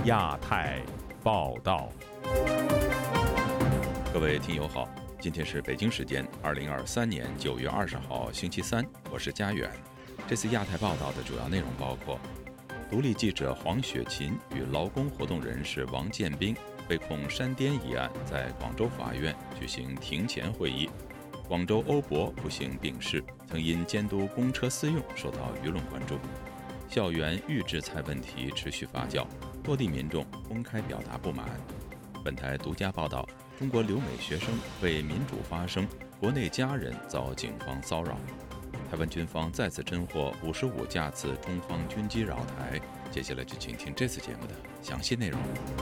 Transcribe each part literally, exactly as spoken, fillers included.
亚太报道。各位听友好，今天是北京时间二零二三年九月二十号星期三，我是佳远。这次亚太报道的主要内容包括：独立记者黄雪琴与劳工活动人士王建斌被控煽颠一案在广州法院举行庭前会议；广州欧博不幸病逝，曾因监督公车私用受到舆论关注；校园预制菜问题持续发酵，多地民众公开表达不满。本台独家报道：中国留美学生为民主发声，国内家人遭警方骚扰。台湾军方再次侦获五十五架次中方军机扰台。接下来就请听这次节目的详细内容。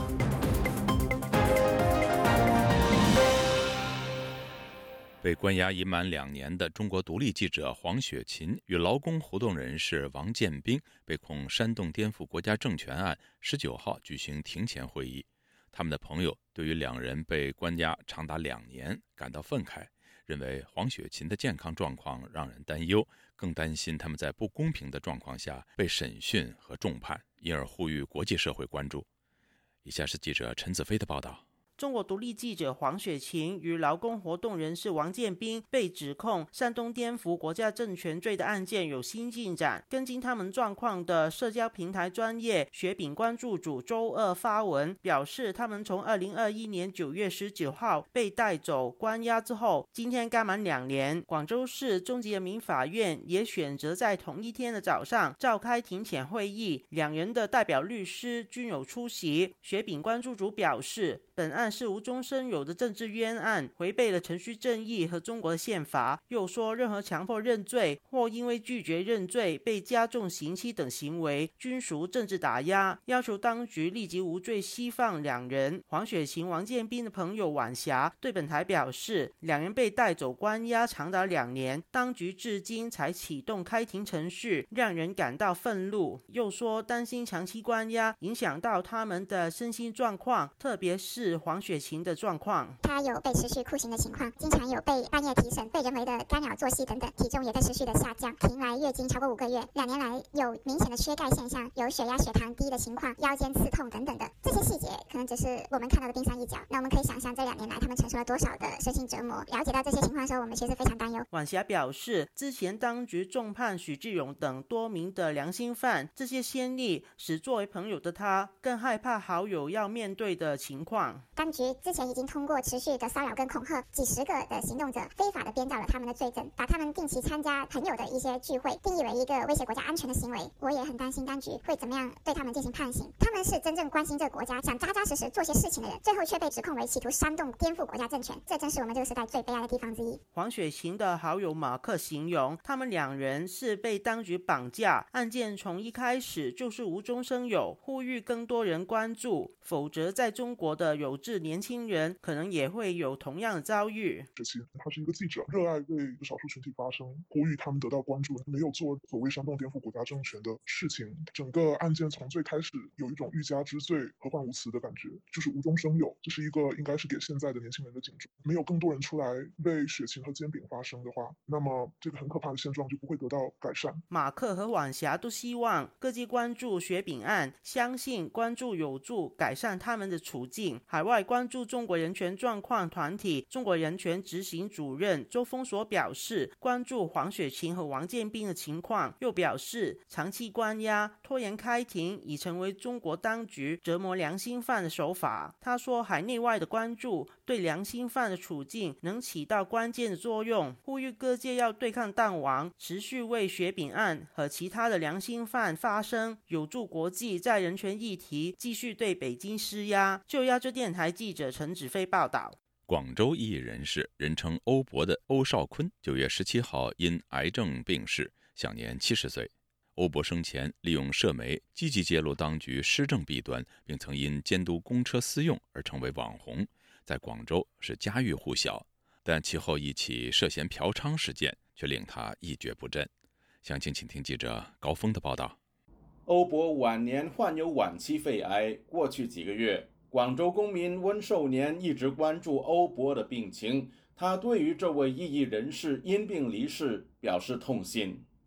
被关押已满两年的中国独立记者黄雪琴与劳工活动人士王建斌被控煽动颠覆国家政权案，十九号举行庭前会议。他们的朋友对于两人被关押长达两年感到愤慨，认为黄雪琴的健康状况让人担忧，更担心他们在不公平的状况下被审讯和重判，因而呼吁国际社会关注。以下是记者陈子飞的报道。 中国独立记者黄雪琴与劳工活动人士王建斌被指控煽动颠覆国家政权罪的案件有新进展。跟进他们状况的社交平台专业雪饼关注组周二发文表示，他们从二零二一年九月十九号被带走关押之后，今天刚满两年。广州市中级人民法院也选择在同一天的早上召开庭前会议，两人的代表律师均有出席。雪饼关注组表示，本案是无中生有的政治冤案，违背了程序正义和中国的宪法。又说，任何强迫认罪或因为拒绝认罪被加重刑期等行为均属政治打压，要求当局立即无罪释放两人。黄雪琴、王建斌的朋友晚霞对本台表示，两人被带走关押长达两年，当局至今才启动开庭程序，让人感到愤怒。又说，担心长期关押影响到他们的身心状况，特别是黄雪琴的状况。 他有被持续酷刑的情况，经常有被半夜提审，被人为的干扰作息等等，体重也在持续的下降，停来月经超过五个月，两年来有明显的缺钙现象，有血压血糖低的情况，腰间刺痛等等的。这些细节可能只是我们看到的冰山一角，那我们可以想象这两年来他们承受了多少的身心折磨。了解到这些情况的时候，我们其实非常担忧。 晚霞表示，之前当局重判许志勇等多名的良心犯，这些先例使作为朋友的他更害怕好友要面对的情况。 当局之前已经通过持续的骚扰跟恐吓，几十个的行动者非法的编造了他们的罪证，把他们定期参加朋友的一些聚会定义为一个威胁国家安全的行为。我也很担心当局会怎么样对他们进行判刑。他们是真正关心这个国家，想扎扎实实做些事情的人，最后却被指控为企图煽动颠覆国家政权，这正是我们这个时代最悲哀的地方之一。 黄雪琴的好友马克形容，他们两人是被当局绑架，案件从一开始就是无中生有，呼吁更多人关注，否则在中国的有志年轻人可能也会有同样的遭遇。 这期他是一个记者，热爱为少数群体发声，呼吁他们得到关注，没有做所谓煽动颠覆国家政权的事情。整个案件从最开始有一种欲加之罪、何患无辞的感觉，就是无中生有。这是一个应该是给现在的年轻人的警钟。没有更多人出来为雪琴和煎饼发声的话，那么这个很可怕的现状就不会得到改善。 马克和晚霞都希望各界关注雪饼案，相信关注有助改善他们的处境。海外关注中国人权状况团体中国人权执行主任周峰所表示，关注黄雪琴和王建斌的情况，又表示长期关押、拖延开庭已成为中国当局折磨良心犯的手法。他说，海内外的关注对良心犯的处境能起到关键的作用，呼吁各界要对抗弹王，持续为雪饼案和其他的良心犯发声，有助国际在人权议题继续对北京施压。就亚洲电台记者陈子飞报道。 广州异议人士人称欧博的欧少坤九月十七号因癌症病逝，享年七十岁。欧博生前利用社媒积极揭露当局施政弊端，并曾因监督公车私用而成为网红，在广州是家喻户晓。但其后一起涉嫌嫖娼事件却令他一蹶不振。详情请听记者高峰的报道。 欧博晚年患有晚期肺癌，过去几个月，广州公民温寿年一直关注欧博的病情，他对于这位异议人士因病离世表示痛心。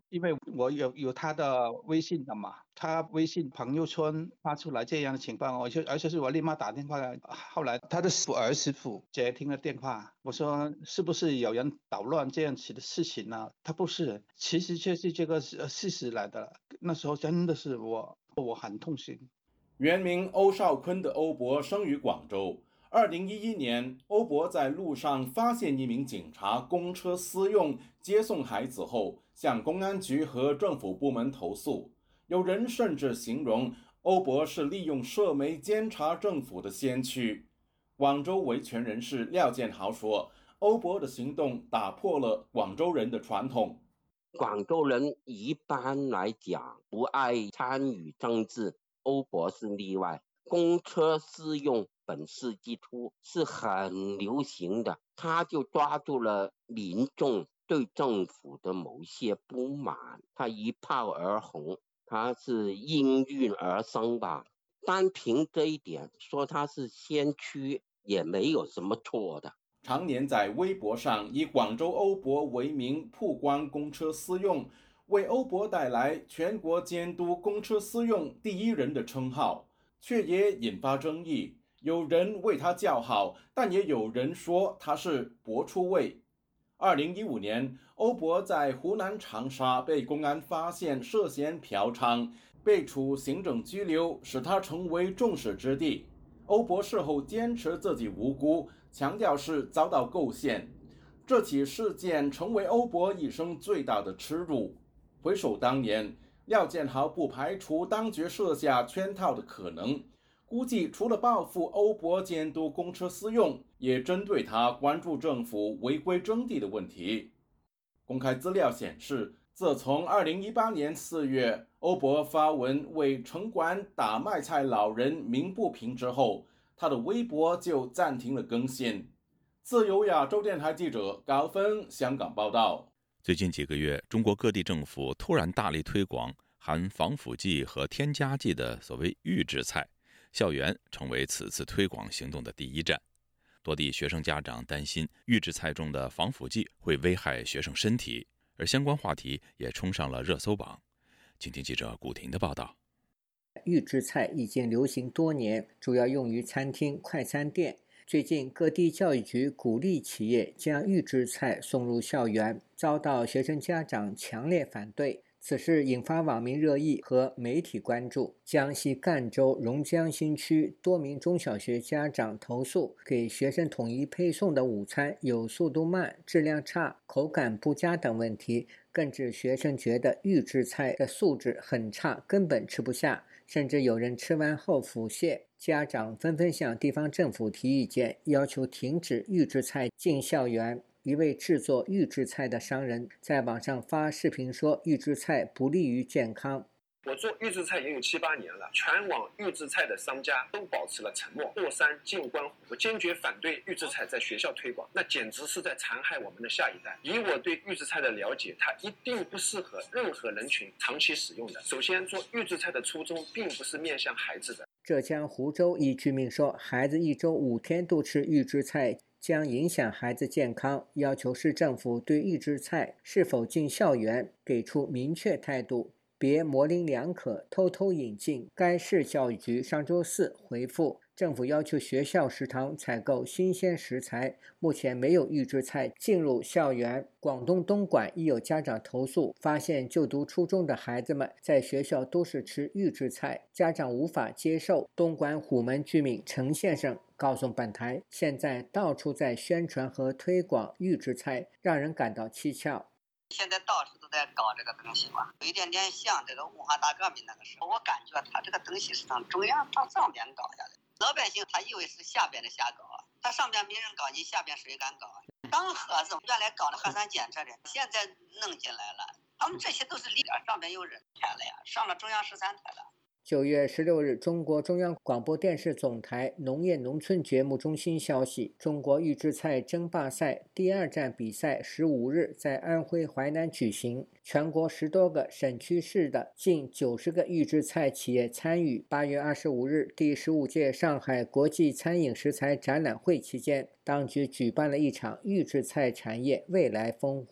因为我有有他的微信的嘛，他微信朋友圈发出来这样的情况，我就而且是我立马打电话。后来他的儿媳妇接听了电话，我说是不是有人捣乱这样子的事情呢？他不是，其实就是这个事实来的。那时候真的是我我很痛心。 原名欧少坤的欧博生于广州。二零一一年，欧博在路上发现一名警察公车私用接送孩子后，向公安局和政府部门投诉。有人甚至形容欧博是利用社媒监察政府的先驱。广州维权人士廖建豪说，欧博的行动打破了广州人的传统。 广州人一般来讲不爱参与政治，欧博是例外。公车私用本世纪初是很流行的，他就抓住了民众对政府的某些不满，他一炮而红，他是应运而生吧。单凭这一点说他是先驱也没有什么错的。 常年在微博上以广州欧博为名曝光公车私用，为欧博带来全国监督公车私用第一人的称号，却也引发争议。有人为他叫好，但也有人说他是博出位。二零一五年，欧博在湖南长沙被公安发现涉嫌嫖娼，被处行政拘留，使他成为众矢之的。欧博事后坚持自己无辜，强调是遭到构陷。这起事件成为欧博一生最大的耻辱。回首当年，廖建豪不排除当局设下圈套的可能，估计除了报复欧博监督公车私用，也针对他关注政府违规征地的问题。公开资料显示，自从二零一八年四月欧博发文为城管打卖菜老人鸣不平之后，他的微博就暂停了更新。自由亚洲电台记者高芬香港报道。 最近几个月，中国各地政府突然大力推广含防腐剂和添加剂的所谓预制菜，校园成为此次推广行动的第一站。多地学生家长担心预制菜中的防腐剂会危害学生身体，而相关话题也冲上了热搜榜。请听记者古婷的报道。 预制菜已经流行多年，主要用于餐厅、快餐店。最近各地教育局鼓励企业将预制菜送入校园，遭到学生家长强烈反对。此事引发网民热议和媒体关注。江西赣州榕江新区多名中小学家长投诉，给学生统一配送的午餐有速度慢、质量差、口感不佳等问题，更指学生觉得预制菜的素质很差，根本吃不下，甚至有人吃完后腹泻。家长纷纷向地方政府提意见，要求停止预制菜进校园。一位制作预制菜的商人在网上发视频说，预制菜不利于健康。 我做预制菜也有七八年了，全网预制菜的商家都保持了沉默，过山进关虎。我坚决反对预制菜在学校推广，那简直是在残害我们的下一代。以我对预制菜的了解，它一定不适合任何人群长期使用的。首先，做预制菜的初衷并不是面向孩子的。 浙江湖州一居民说，孩子一周五天都吃预制菜将影响孩子健康，要求市政府对预制菜是否进校园给出明确态度，别模棱两可偷偷引进。该市教育局上周四回复，政府要求学校食堂采购新鲜食材，目前没有预制菜进入校园。广东东莞亦有家长投诉，发现就读初中的孩子们在学校都是吃预制菜，家长无法接受。东莞虎门居民陈先生告诉本台，现在到处在宣传和推广预制菜，让人感到蹊跷。 现在到处都在搞这个东西嘛，有一点点像这个文化大革命那个时候，我感觉他这个东西是从中央到上边搞下来，老百姓他以为是下边的瞎搞，他上边没人搞，你下边谁敢搞？当盒子原来搞的核酸检测的，现在弄进来了，他们这些都是里边上边有人开了呀，上了中央十三台了。 九月十六日，中国中央广播电视总台农业农村节目中心消息，中国预制菜争霸赛第二站比赛十五日在安徽淮南举行，全国十多个省区市的近九十个预制菜企业参与。八月二十五日，第十五届上海国际餐饮食材展览会期间，当局举办了一场预制菜产业未来峰会。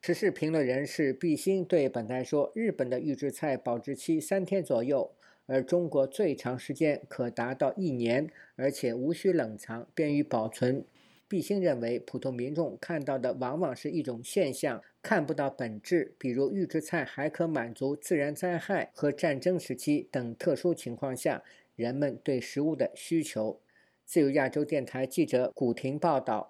时事评论人士毕兴对本台说，日本的预制菜保质期三天左右，而中国最长时间可达到一年，而且无需冷藏，便于保存。毕兴认为，普通民众看到的往往是一种现象，看不到本质，比如预制菜还可满足自然灾害和战争时期等特殊情况下人们对食物的需求。自由亚洲电台记者古婷报道。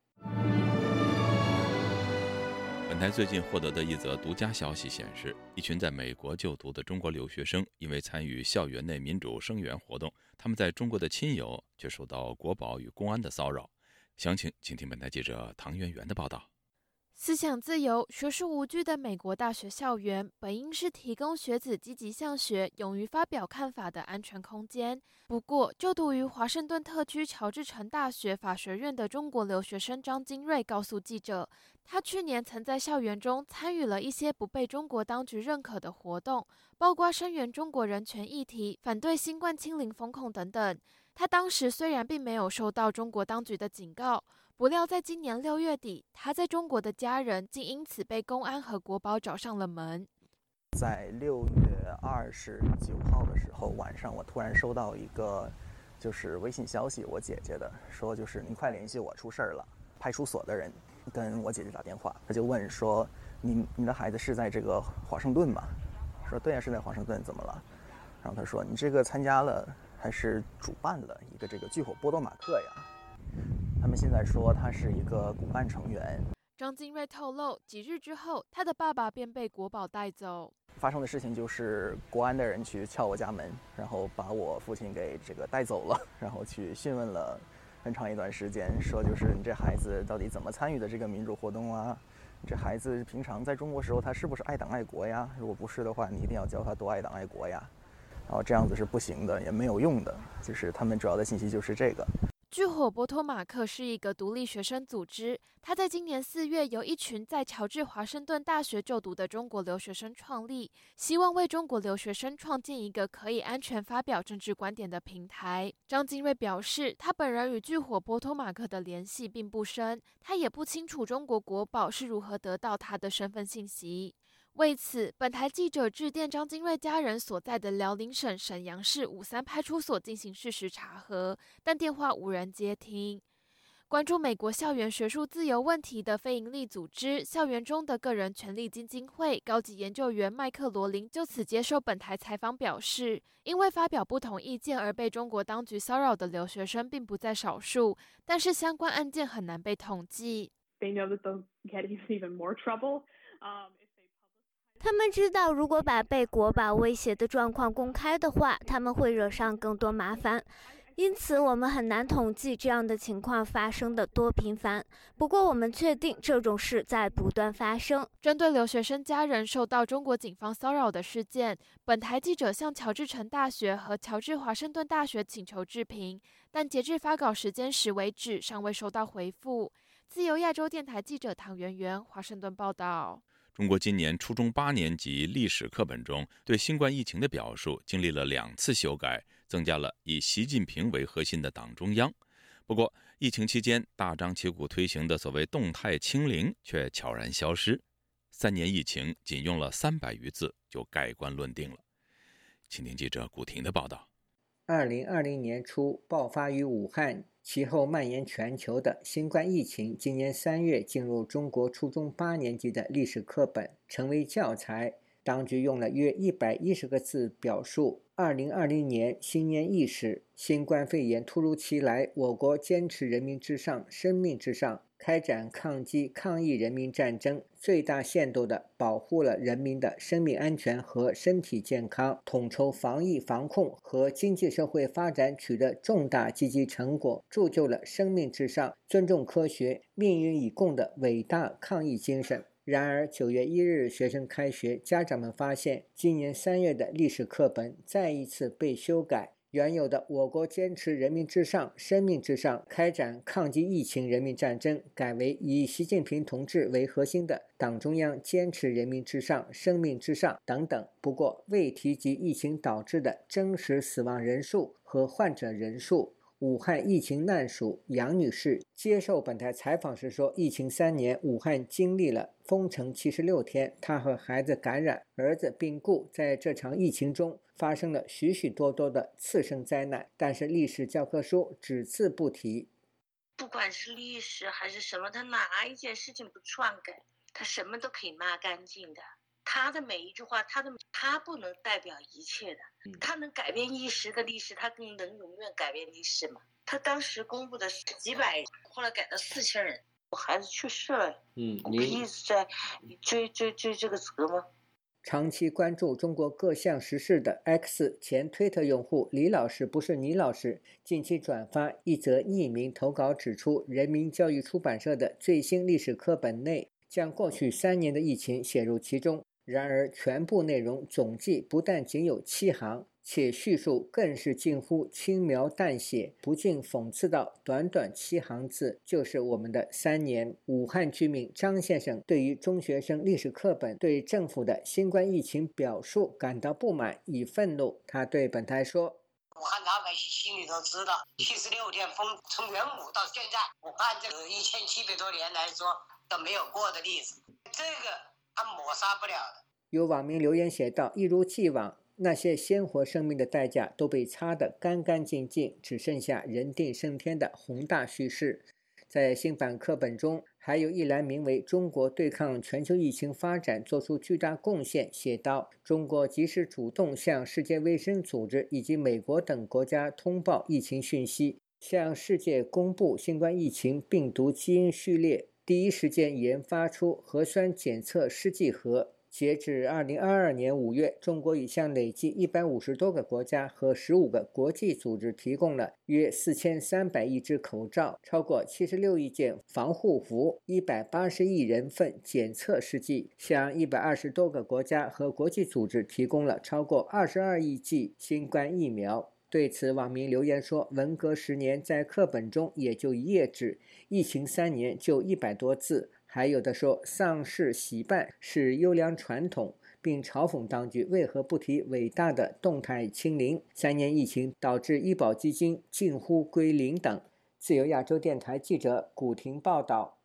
本台最近获得的一则独家消息显示，一群在美国就读的中国留学生因为参与校园内民主声援活动，他们在中国的亲友却受到国保与公安的骚扰。详情请听本台记者唐媛媛的报道。 思想自由、学术无拘的美国大学校园，本应是提供学子积极向学、勇于发表看法的安全空间。不过，就读于华盛顿特区乔治城大学法学院的中国留学生张金瑞告诉记者，他去年曾在校园中参与了一些不被中国当局认可的活动，包括声援中国人权议题、反对新冠清零封控等等。他当时虽然并没有受到中国当局的警告，不料在今年六月底，他在中国的家人竟因此被公安和国保找上了门。 在六月二十九号的时候晚上，我突然收到一个就是微信消息，我姐姐的，说就是您快联系我，出事儿了。派出所的人跟我姐姐打电话，他就问说，你你的孩子是在这个华盛顿吗？说对啊，是在华盛顿，怎么了？然后他说，你这个参加了还是主办了一个这个聚火波多马克呀？他们现在说他是一个骨干成员。 张金瑞透露，几日之后，他的爸爸便被国保带走。 发生的事情就是国安的人去撬我家门，然后把我父亲给这个带走了，然后去讯问了很长一段时间，说就是你这孩子到底怎么参与的这个民主活动啊？你这孩子平常在中国时候他是不是爱党爱国呀？如果不是的话，你一定要教他多爱党爱国呀。然后这样子是不行的，也没有用的。就是他们主要的信息就是这个。 聚火波托马克是一个独立学生组织，它在今年四月由一群在乔治华盛顿大学就读的中国留学生创立，希望为中国留学生创建一个可以安全发表政治观点的平台。张金瑞表示，他本人与聚火波托马克的联系并不深，他也不清楚中国国保是如何得到他的身份信息。为此，本台记者致电张金瑞家人所在的辽宁省沈阳市五三派出所进行事实查核，但电话无人接听。关注美国校园学术自由问题的非营利组织校园中的个人权利基金会高级研究员麦克罗林就此接受本台采访表示，因为发表不同意见而被中国当局骚扰的留学生并不在少数，但是相关案件很难被统计。 They know that they'll get even more trouble. Um, 他们知道，如果把被国保威胁的状况公开的话，他们会惹上更多麻烦。因此，我们很难统计这样的情况发生的多频繁。不过，我们确定这种事在不断发生。 针对留学生家人受到中国警方骚扰的事件，本台记者向乔治城大学和乔治华盛顿大学请求置评，但截至发稿时间时为止，尚未收到回复。自由亚洲电台记者唐媛媛华盛顿报道。 中国今年初中八年级历史课本中对新冠疫情的表述经历了两次修改，增加了以习近平为核心的党中央。不过，疫情期间大张旗鼓推行的所谓动态清零却悄然消失。三年疫情仅用了三百余字就盖棺论定了。请听记者古婷的报道。 二零二零年初爆发于武汉，其后蔓延全球的新冠疫情，今年三月进入中国初中八年级的历史课本，成为教材。当局用了约一百一十个字表述二零二零年新年伊始，新冠肺炎突如其来，我国坚持人民至上、生命至上，开展抗击抗疫人民战争，最大限度地保护了人民的生命安全和身体健康，统筹防疫防控和经济社会发展取得重大积极成果，铸就了生命至上、尊重科学、命运以共的伟大抗疫精神。然而九月一日学生开学，家长们发现今年三月的历史课本再一次被修改，原有的我国坚持人民至上、生命至上，开展抗击疫情人民战争，改为以习近平同志为核心的党中央坚持人民至上、生命至上等等。不过未提及疫情导致的真实死亡人数和患者人数。 武汉疫情难属杨女士接受本台采访时说，疫情三年，武汉经历了封城七十六天，她和孩子感染，儿子病故，在这场疫情中发生了许许多多的次生灾难，但是历史教科书只字不提。 不管是历史还是什么，他哪一件事情不篡改，他什么都可以骂干净的。他的每一句话，他的他不能代表一切的，他能改变一时的历史，他更能永远改变历史吗？他当时公布的是几百人，后来改到四千人，我孩子去世了，嗯，你一直在追追追这个责吗？ 长期关注中国各项时事的 X 前推特用户李老师不是倪老师，近期转发一则匿名投稿，指出人民教育出版社的最新历史课本内将过去三年的疫情写入其中。然而全部内容总计不但仅有七行，且叙述更是近乎轻描淡写，不禁讽刺到短短七行字就是我们的三年。武汉居民张先生对于中学生历史课本对政府的新冠疫情表述感到不满与愤怒。他对本台说， 武汉老百姓心里都知道，七十六天封，从元武到现在，武汉这个一千七百多年来说都没有过的例子，这个他抹杀不了的。 有网民留言写道，一如既往，那些鲜活生命的代价都被擦得干干净净，只剩下人定胜天的宏大叙事。在新版课本中，还有一栏名为中国对抗全球疫情发展做出巨大贡献，写道，中国及时主动向世界卫生组织以及美国等国家通报疫情讯息，向世界公布新冠疫情病毒基因序列，第一时间研发出核酸检测试剂盒。截至二零二二年五月，中国已向累计一百五十多个国家和十五个国际组织提供了约四千三百亿只口罩，超过七十六亿件防护服，一百八十亿人份检测试剂，向一百二十多个国家和国际组织提供了超过二十二亿剂新冠疫苗。对此，网民留言说，文革十年在课本中也就一页纸，疫情三年就一百多字。还有的说丧事喜办是优良传统，并嘲讽当局为何不提伟大的动态清零，三年疫情导致医保基金近乎归零等。自由亚洲电台记者古婷报道。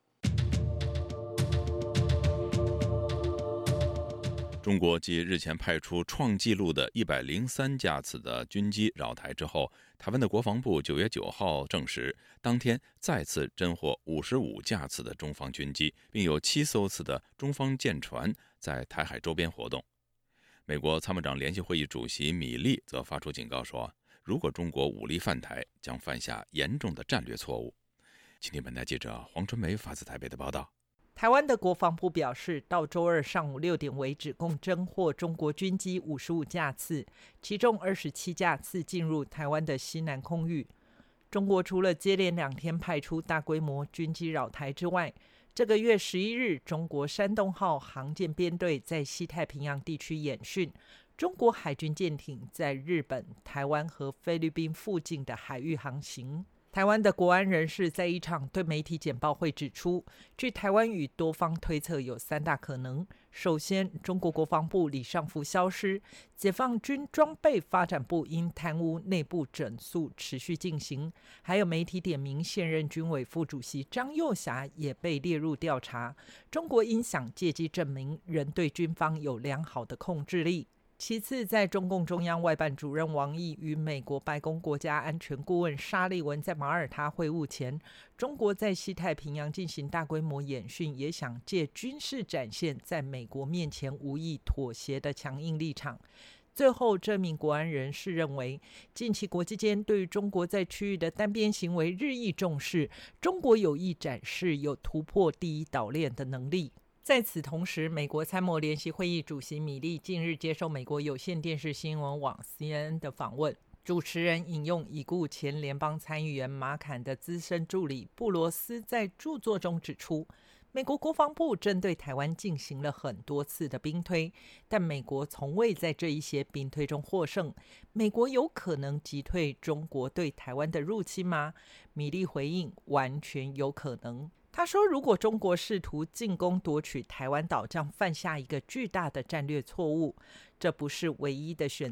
中国继日前派出创纪录的一百零三架次的军机扰台之后，台湾的国防部九月九号证实，当天再次侦获五十五架次的中方军机，并有七艘次的中方舰船在台海周边活动。美国参谋长联席会议主席米利则发出警告说，如果中国武力犯台，将犯下严重的战略错误。请听本台记者黄春梅发自台北的报道。 台湾的国防部表示，到周二上午六点为止，共侦获中国军机五十五架次，其中二十七架次进入台湾的西南空域。中国除了接连两天派出大规模军机扰台之外，这个月十一日，中国山东号航舰编队在西太平洋地区演训，中国海军舰艇在日本、台湾和菲律宾附近的海域航行。台湾的国安人士在一场对媒体简报会指出，据台湾与多方推测有三大可能。首先，中国国防部李尚福消失，解放军装备发展部因贪污内部整肃持续进行，还有媒体点名现任军委副主席张又侠也被列入调查。中国应想借机证明仍对军方有良好的控制力。其次，在中共中央外办主任王毅与美国白宫国家安全顾问沙利文在马耳他会晤前，中国在西太平洋进行大规模演训，也想借军事展现在美国面前无意妥协的强硬立场。最后，这名国安人士认为，近期国际间对于中国在区域的单边行为日益重视，中国有意展示有突破第一岛链的能力。在此同时，美国参谋联席会议主席米利近日接受美国有线电视新闻网 C N N 的访问，主持人引用已故前联邦参议员马坎的资深助理布罗斯在著作中指出，美国国防部针对台湾进行了很多次的兵推，但美国从未在这一些兵推中获胜。美国有可能击退中国对台湾的入侵吗？米利回应，完全有可能。他说，如果中国试图进攻夺取台湾岛，将犯下一个巨大的战略错误。这不是唯一的选择，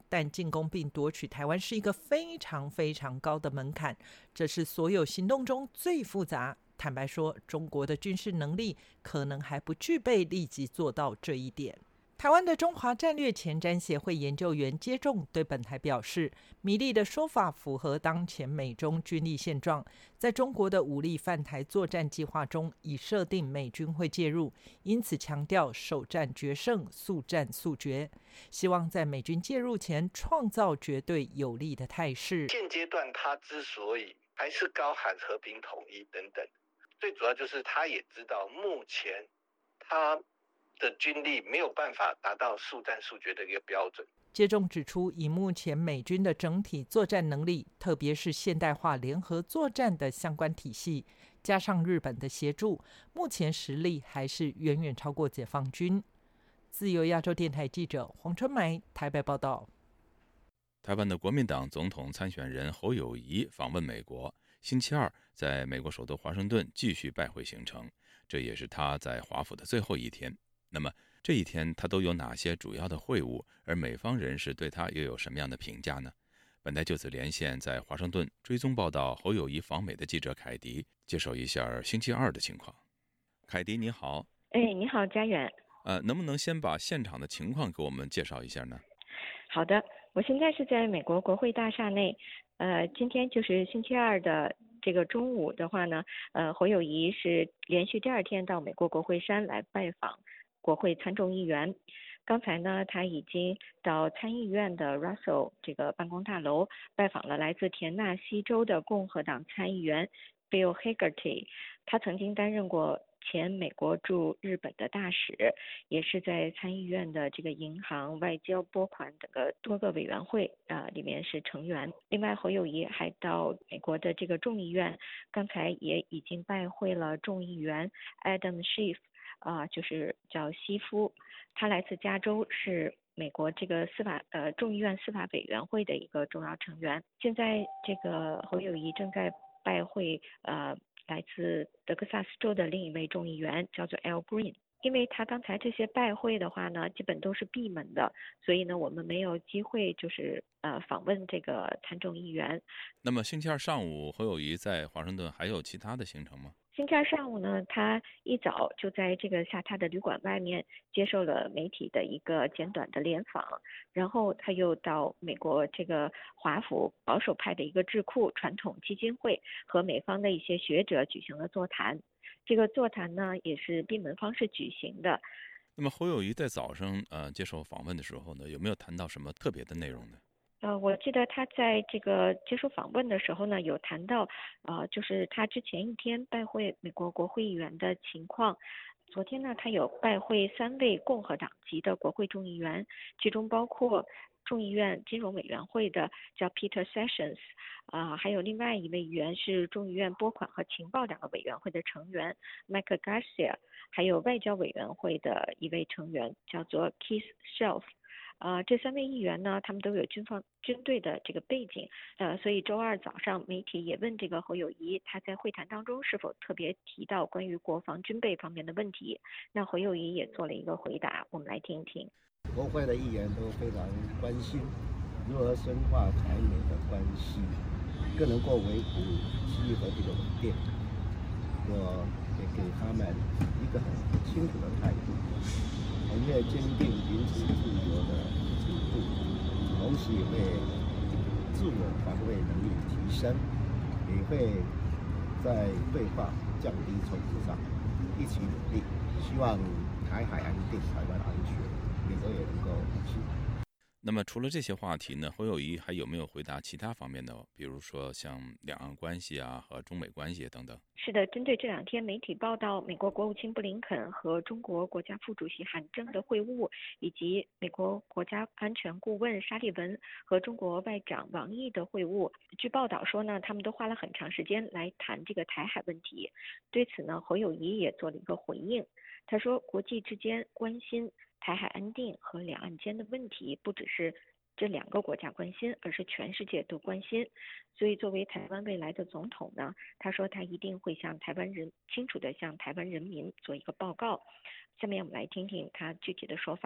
但进攻并夺取台湾是一个非常非常高的门槛，这是所有行动中最复杂。坦白说，中国的军事能力可能还不具备立即做到这一点。台湾的中华战略前瞻协会研究员接种对本台表示，米利的说法符合当前美中军力现状，在中国的武力犯台作战计划中已设定美军会介入，因此强调首战决胜，速战速决，希望在美军介入前创造绝对有利的态势。 现阶段他之所以还是高喊和平统一等等，最主要就是他也知道目前他的军力没有办法达到速战速决的一个标准。 接种指出，以目前美军的整体作战能力，特别是现代化联合作战的相关体系，加上日本的协助，目前实力还是远远超过解放军。自由亚洲电台记者黄春梅台北报道。 台湾的国民党总统参选人侯友宜访问美国，星期二在美国首都华盛顿继续拜会行程，这也是他在华府的最后一天。那么这一天他都有哪些主要的会晤，而美方人士对他又有什么样的评价呢？本台就此连线在华盛顿追踪报道侯友宜访美的记者凯迪，介绍一下星期二的情况。凯迪你好。 哎，你好家远。 呃，能不能先把现场的情况给我们介绍一下呢？ 好的，我现在是在美国国会大厦内，呃，今天就是星期二的这个中午的话呢，呃，侯友宜是连续第二天到美国国会山来拜访国会参众议员。刚才呢，他已经到参议院的 Russell 这个办公大楼拜访了来自田纳西州的共和党参议员 Bill Hagerty， 他曾经担任过前美国驻日本的大使，也是在参议院的这个银行、外交、拨款等个多个委员会啊、呃、里面是成员。另外，侯友宜还到美国的这个众议院，刚才也已经拜会了众议员 Adam Schiff， 啊、呃，就是叫西夫，他来自加州，是美国这个司法呃众议院司法委员会的一个重要成员。现在这个侯友宜正在拜会呃来自德克萨斯州的另一位众议员，叫做 Al Green。因为他刚才这些拜会的话呢，基本都是闭门的，所以呢，我们没有机会就是呃访问这个参众议员。 那么星期二上午，侯友宜在华盛顿还有其他的行程吗？ 星期二上午呢，他一早就在这个下榻的旅馆外面接受了媒体的一个简短的联访，然后他又到美国这个华府保守派的一个智库传统基金会和美方的一些学者举行了座谈。这个座谈呢也是闭门方式举行的。 那么侯友宜在早上呃接受访问的时候呢，有没有谈到什么特别的内容呢？ 呃，我记得他在这个接受访问的时候呢，有谈到，呃，就是他之前一天拜会美国国会议员的情况。昨天呢，他有拜会三位共和党籍的国会众议员，其中包括众议院金融委员会的叫 Peter Sessions， 啊、呃，还有另外一位议员是众议院拨款和情报两个委员会的成员 Mike Garcia， 还有外交委员会的一位成员叫做 Keith Shelf。呃，这三位议员呢，他们都有军方军队的这个背景，呃，所以周二早上媒体也问这个侯友宜，他在会谈当中是否特别提到关于国防军备方面的问题。那侯友宜也做了一个回答，我们来听一听。 国会的议员都非常关心如何深化台美的关系，更能够维护区域和平的稳定。我也给他们一个很清楚的态度。我们会坚定民主自由的制度，同时也会自我防卫能力提升，也会在对话降低冲突上一起努力，希望台海安定、台湾安全，美国也能够一起。 那么除了这些话题呢，侯友宜还有没有回答其他方面的，比如说像两岸关系啊和中美关系等等？ 是的，针对这两天媒体报道美国国务卿布林肯和中国国家副主席韩正的会晤，以及美国国家安全顾问沙利文和中国外长王毅的会晤，据报道说呢，他们都花了很长时间来谈这个台海问题。对此呢，侯友宜也做了一个回应，他说国际之间关心台海安定和两岸间的问题，不只是这两个国家关心，而是全世界都关心。所以作为台湾未来的总统呢，他说他一定会向台湾人清楚地向台湾人民做一个报告。下面我们来听听他具体的说法。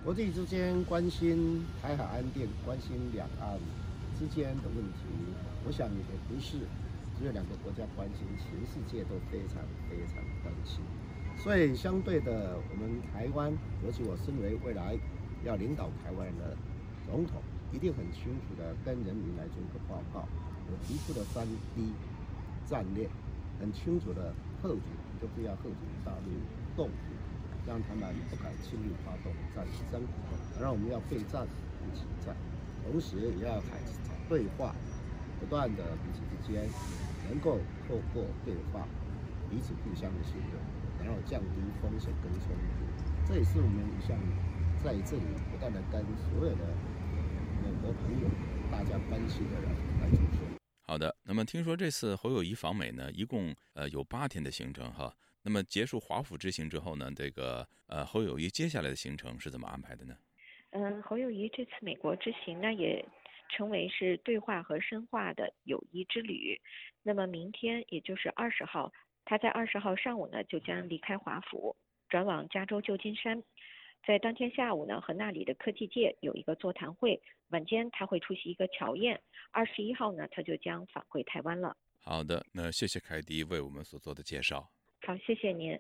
国际之间关心台海安定，关心两岸之间的问题，我想也不是只有两个国家关心，全世界都非常非常关心。所以相对的，我们台湾，尤其我身为未来要领导台湾的总统，一定很清楚的跟人民来做一个报告。我提出的三 D 战略，很清楚的贺阻，就是要贺阻大陆动武，让他们不敢轻易发动战争。当然，我们要备战不起战，同时也要开始对话，不断的彼此之间能够透过对话，彼此互相的信任，然后降低风险跟冲突。这也是我们一向在这里不断的跟所有的美国朋友、大家关心的人来做说。 好的，那么听说这次侯友宜访美呢，一共呃有八天的行程哈。那么结束华府之行之后呢，这个呃侯友宜接下来的行程是怎么安排的呢？ 嗯，侯友宜这次美国之行呢，也称为是对话和深化的友谊之旅。那么明天也就是二十号，他在二十号上午呢就将离开华府，转往加州旧金山。在当天下午呢，和那里的科技界有一个座谈会，晚间他会出席一个乔宴。二十一号呢，他就将返回台湾了。 好的，那谢谢凯迪为我们所做的介绍。 好，谢谢您。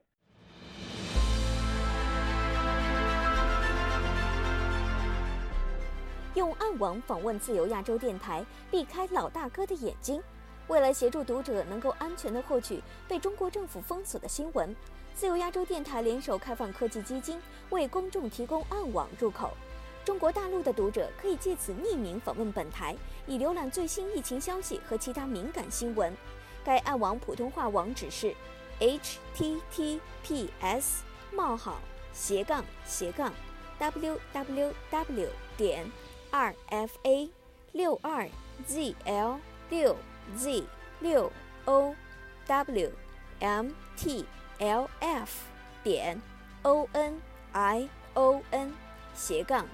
用暗网访问自由亚洲电台，避开老大哥的眼睛。为了协助读者能够安全地获取被中国政府封锁的新闻，自由亚洲电台联手开放科技基金，为公众提供暗网入口。中国大陆的读者可以借此匿名访问本台，以浏览最新疫情消息和其他敏感新闻。该暗网普通话网址是 h t t p s 冒号斜杠斜杠 w w w 点 r f a 六二 z l 六 z 六 o w m t l f 点 o n i o n 斜杠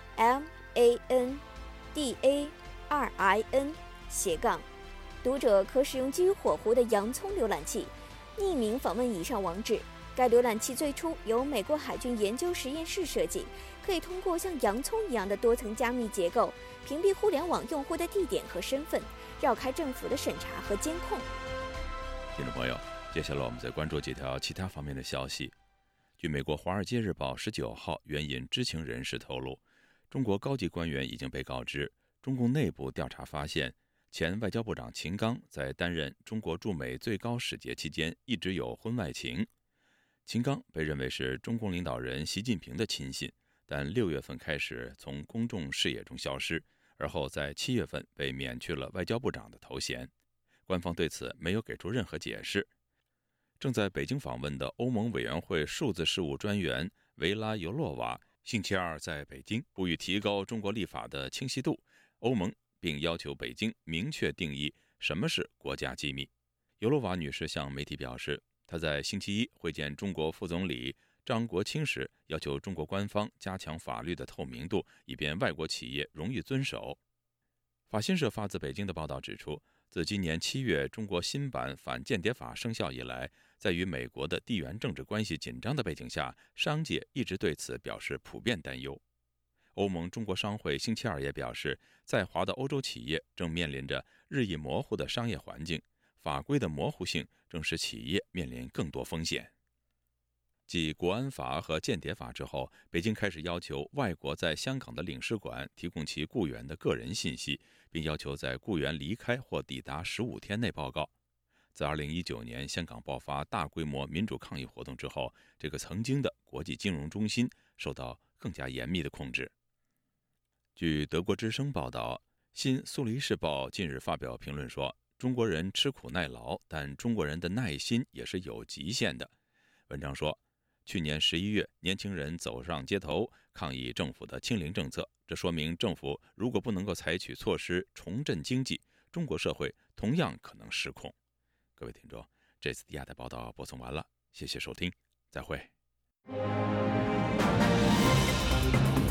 m a n d a r i n 斜杠。读者可使用基于火狐的洋葱浏览器匿名访问以上网址。该浏览器最初由美国海军研究实验室设计，可以通过像洋葱一样的多层加密结构，屏蔽互联网用户的地点和身份，绕开政府的审查和监控。 听众朋友，接下来我们再关注几条其他方面的消息。据美国《华尔街日报》十九号援引知情人士透露，中国高级官员已经被告知，中共内部调查发现，前外交部长秦刚在担任中国驻美最高使节期间一直有婚外情。秦刚被认为是中共领导人习近平的亲信，但六月份开始从公众视野中消失，而后在七月份被免去了外交部长的头衔。官方对此没有给出任何解释。正在北京访问的欧盟委员会数字事务专员维拉尤洛娃星期二在北京呼吁提高中国立法的清晰度，欧盟并要求北京明确定义什么是国家机密。尤洛娃女士向媒体表示，她在星期一会见中国副总理张国清时，要求中国官方加强法律的透明度，以便外国企业容易遵守。法新社发自北京的报道指出，自今年七月中国新版反间谍法生效以来，在与美国的地缘政治关系紧张的背景下，商界一直对此表示普遍担忧。欧盟中国商会星期二也表示，在华的欧洲企业正面临着日益模糊的商业环境，法规的模糊性正使企业面临更多风险。继国安法和间谍法之后，北京开始要求外国在香港的领事馆提供其雇员的个人信息，并要求在雇员离开或抵达十五天内报告。自二零一九年香港爆发大规模民主抗议活动之后，这个曾经的国际金融中心受到更加严密的控制。据德国之声报道，新苏黎世报近日发表评论说，中国人吃苦耐劳，但中国人的耐心也是有极限的。文章说，去年十一月，年轻人走上街头抗议政府的清零政策，这说明政府如果不能够采取措施重振经济，中国社会同样可能失控。各位听众，这次的亚太报道播送完了，谢谢收听，再会。